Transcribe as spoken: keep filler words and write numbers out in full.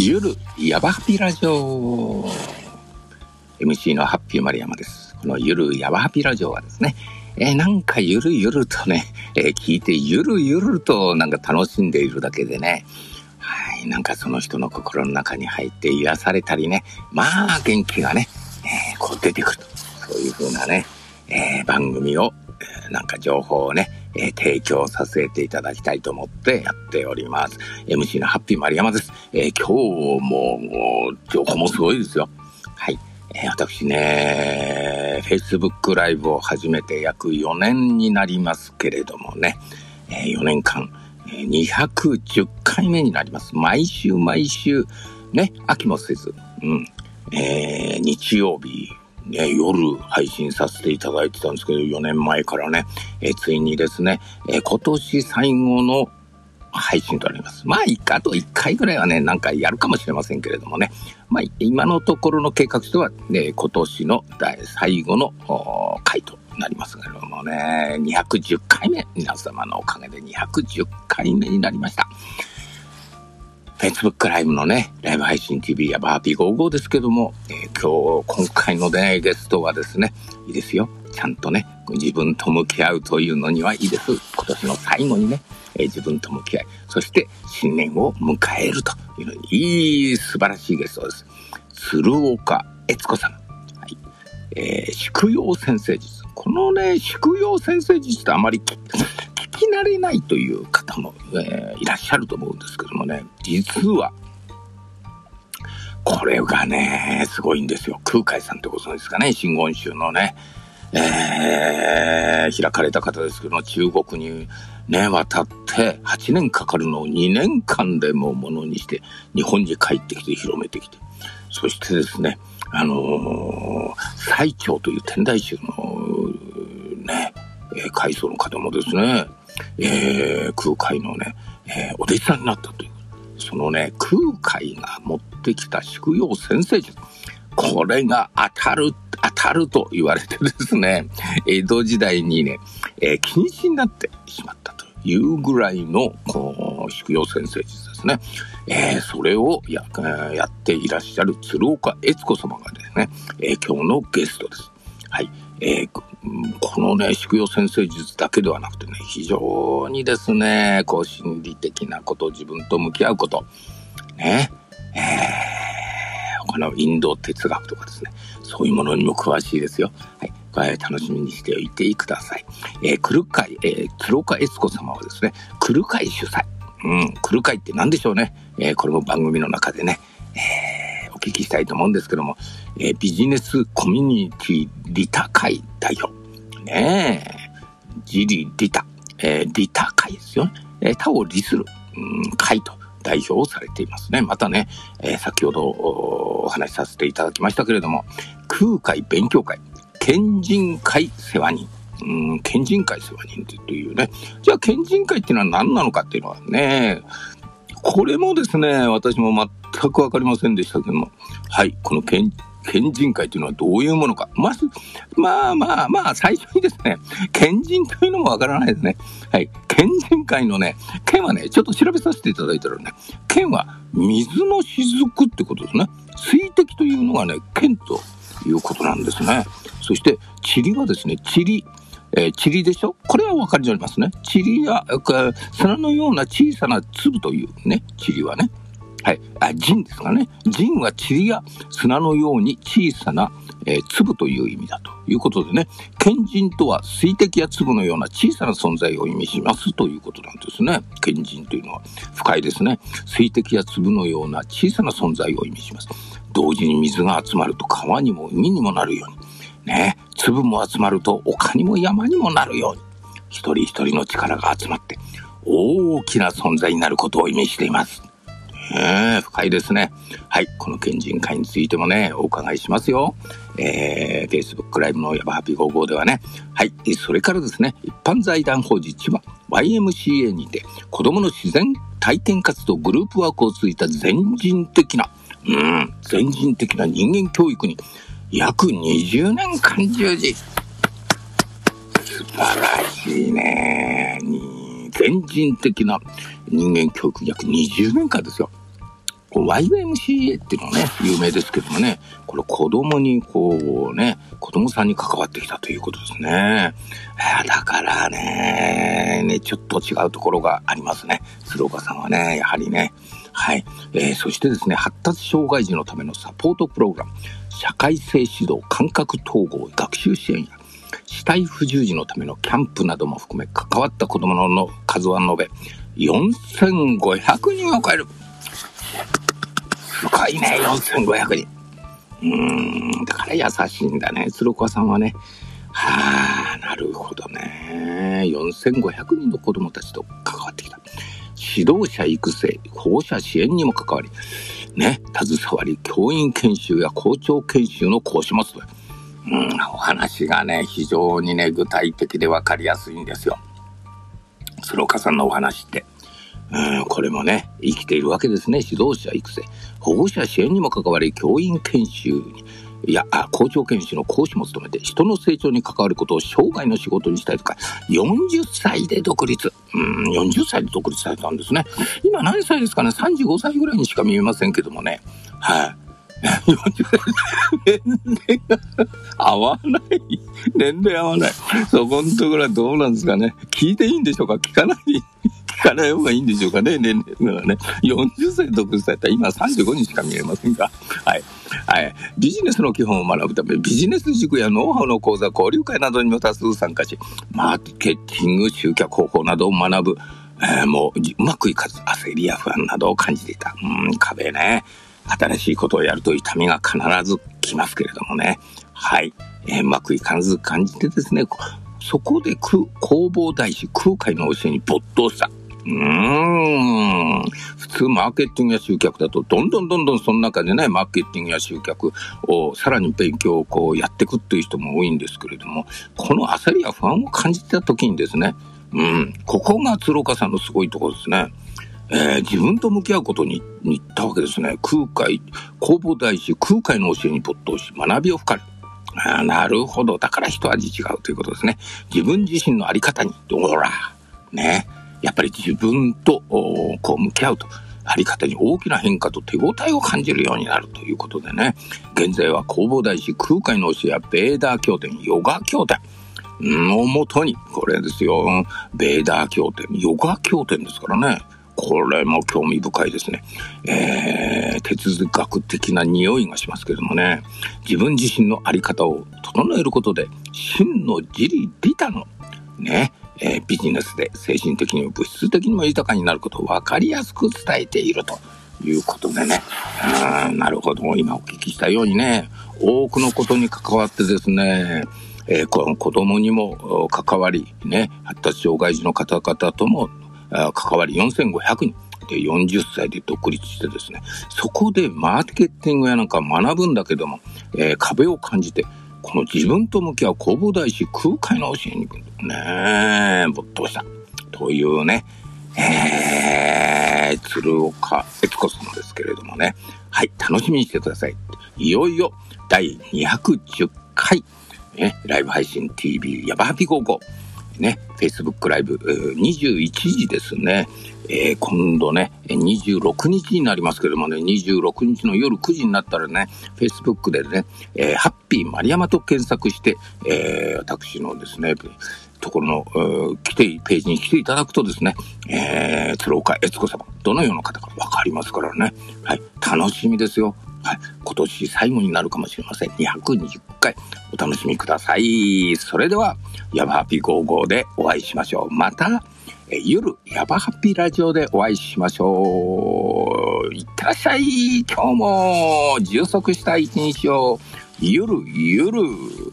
ゆるヤバハピラジオ エムシー のハッピー丸山です。このゆるヤバハピラジオはですね、えー、なんかゆるゆるとね、えー、聞いてゆるゆるとなんか楽しんでいるだけでね、はい、なんかその人の心の中に入って癒されたりね、まあ元気がね、えー、こう出てくると、そういう風なね、えー、番組を、えー、なんか情報をね、えー、提供させていただきたいと思ってやっております。 エムシー のハッピー丸山です。えー、今日ももう情報もすごいですよ。はい、えー、私ね Facebook ライブを始めて約よねんになりますけれどもね、えー、よねんかん、えー、にひゃくじゅっかいめになります。毎週毎週ね、飽きもせず、うんえー、日曜日ね、夜配信させていただいてたんですけど、よねんまえからね、えー、ついにですね、えー、今年最後の配信となります。まあいっか、あといっかいぐらいはね、なんかやるかもしれませんけれどもね、まあ今のところの計画としては、ね、今年の最後の回となりますけれどもね、にひゃくじゅっかいめ、皆様のおかげでにひゃくじゅっかいめになりました。Facebook ライブのね、ライブ配信 ティーブイ やバーピーごじゅうごですけども、えー、今日、今回のね、ゲストはですね、いいですよ。ちゃんとね、自分と向き合うというのにはいいです。今年の最後にね、えー、自分と向き合い、そして新年を迎えるというのに、いい素晴らしいゲストです。鶴岡悦子さん。はい。えー、宿陽先生術。このね、宿陽先生術ってあまり聞聞き慣れないという方も、えー、いらっしゃると思うんですけどもね、実はこれがねすごいんですよ。空海さんってことですかね、真言宗のね、えー、開かれた方ですけども、中国にね渡ってはちねんかかるのをにねんかんでもものにして日本に帰ってきて広めてきて、そしてですね、あのー、最澄という天台宗のね、えー、開祖の方もですね、えー、空海のね、えー、お弟子さんになったという、そのね空海が持ってきた宿陽先生術、これが当たる当たると言われてですね、江戸時代にね、えー、禁止になってしまったというぐらいのこう宿陽先生術ですね。えー、それを や, やっていらっしゃる鶴岡悦子様がですね、えー、今日のゲストです。はい、えー、このね宿陽先生術だけではなくてね、非常にですねこう心理的なこと、自分と向き合うことね、えー、このインド哲学とかですね、そういうものにも詳しいですよ。はい、これ楽しみにしておいてください。えー、鶴海、えー、鶴岡悦子様はですね、鶴海主催、うん、鶴海って何でしょうね、えー、これも番組の中でね、えー、お聞きしたいと思うんですけども、えー、ビジネスコミュニティリタ会代表ねえ、ジリリタ、えー、リタ会ですよね、えー、他を利する、うん、会と代表をされていますね。またね、えー、先ほど お, お話しさせていただきましたけれども、空海勉強会、賢人会世話人、うん、賢人会世話人というね、じゃあ賢人会っていうのは何なのかっていうのはね、これもですね私も全く分かりませんでしたけども、はい、この賢賢人会というのはどういうものか、まずまあまあまあ最初にですね、賢人というのもわからないですね。はい、賢人会のね賢はね、ちょっと調べさせていただいたらね、賢は水の雫ってことですね。水滴というのがね賢ということなんですね。そして塵はですね、塵、えー、塵でしょ、これは分かりますね。塵や砂のような小さな粒というね、塵はね、はい、あ、塵ですかね。塵は塵や砂のように小さな、えー、粒という意味だということでね、賢人とは水滴や粒のような小さな存在を意味しますということなんですね。賢人というのは深いですね。水滴や粒のような小さな存在を意味します。同時に水が集まると川にも海にもなるようにね、粒も集まると丘にも山にもなるように、一人一人の力が集まって大きな存在になることを意味しています。えー、深いですね。はい、この賢人会についてもねお伺いしますよ。えー、Facebook ライブのヤバハピごじゅうごではね、はい、それからですね、一般財団法人千葉 ワイエムシーエー にて子どもの自然体験活動グループワークを通じた全人的な、うん、全人的な人間教育に約にじゅうねんかん従事。素晴らしいね。全人的な人間教育約にじゅうねんかんですよ。 ワイエムシーエー っていうのはね、有名ですけどもね、これ子供にこうね、子供さんに関わってきたということですね。だからね、ね、ちょっと違うところがありますね。鶴岡さんはね、やはりね。はい。えー、そしてですね、発達障害児のためのサポートプログラム、社会性指導、感覚統合、学習支援や、肢体不自由児のためのキャンプなども含め、関わった子供の数は延べよんせんごひゃくにんを超える。すごいね、よんせんごひゃくにん。うーん、だから優しいんだね、鶴岡さんはね。はあ、なるほどね。よんせんごひゃくにんの子供たちと関わってきた。指導者育成、保護者支援にも関わり、ね、携わり、教員研修や校長研修の講師も務め、うん、お話がね、非常にね、具体的で分かりやすいんですよ。鶴岡さんのお話って。うん、これもね、生きているわけですね。指導者育成、保護者支援にも関わり、教員研修に、いや、あ、校長研修の講師も務めて、人の成長に関わることを生涯の仕事にしたいとか、よんじゅっさいで独立。うん、よんじゅっさいで独立されたんですね。今何歳ですかね？ さんじゅうご 歳ぐらいにしか見えませんけどもね。はい。よんじゅっさい年齢が合わない。年齢合わない。そこのところはどうなんですかね。聞いていいんでしょうか？聞かない聞かない方がいいんでしょうかね、年齢がね。よんじゅっさいで独立されたら今さんじゅうごにしか見えませんが。はい。はい。ビジネスの基本を学ぶため、ビジネス塾やノウハウの講座、交流会などにも多数参加し、マーケティング、集客方法などを学ぶ。えー、もう、うまくいかず、焦りや不安などを感じていた。うん、壁ね。新しいことをやると痛みが必ず来ますけれどもね。はい。えー、うまくいかず感じてですね、そこで広報大師空海の教えに没頭した。うーん。普通マーケティングや集客だとどんどんどんどんその中でね、マーケティングや集客をさらに勉強をこうやっていくっていう人も多いんですけれども、この焦りや不安を感じた時にですね、うん、ここが鶴岡さんのすごいところですね。えー、自分と向き合うことに行ったわけですね。空海、弘法大師空海の教えに没頭し学びを深める。あ、なるほど。だから一味違うということですね。自分自身のあり方に、ほら、ね。やっぱり自分とこう向き合うと、あり方に大きな変化と手応えを感じるようになるということでね。現在は弘法大師空海の教えやベーダー経典、ヨガ経典のもとに、これですよ。ベーダー経典、ヨガ経典ですからね。これも興味深いですね。えー、哲学的な匂いがしますけどもね。自分自身のあり方を整えることで、真の自利利他のね、えー、ビジネスで精神的にも物質的にも豊かになることを分かりやすく伝えているということでね。あ、なるほど。今お聞きしたようにね、多くのことに関わってですね、えー、この子供にも関わり、ね、発達障害児の方々とも関わりよんせんごひゃくにんでよんじゅっさいで独立してですね、そこでマーケティングやなんか学ぶんだけども、えー、壁を感じて、この自分と向き合う弘法大師空海の教えにね、没頭したというね、えー、鶴岡悦子さんですけれどもね。はい、楽しみにしてください。いよいよだいにひゃくじゅっかい、ね、ライブ配信 ティービー ヤバハピゴーゴーね、Facebook ライブにじゅういちじですね。えー、今度ね、にじゅうろくにちになりますけどもね、にじゅうろくにちの夜くじになったらね、Facebook でね、えー、ハッピー丸山と検索して、えー、私のですね、ところの、来て、ページに来ていただくとですね、えー、鶴岡悦子様、どのような方かわかりますからね。はい、楽しみですよ。はい、今年最後になるかもしれません。にひゃくにじゅっかいお楽しみください。それではヤバハピゴーゴーでお会いしましょう。またえ夜ヤバハピラジオでお会いしましょう。いってらっしゃい。今日も充足した一日をゆるゆる。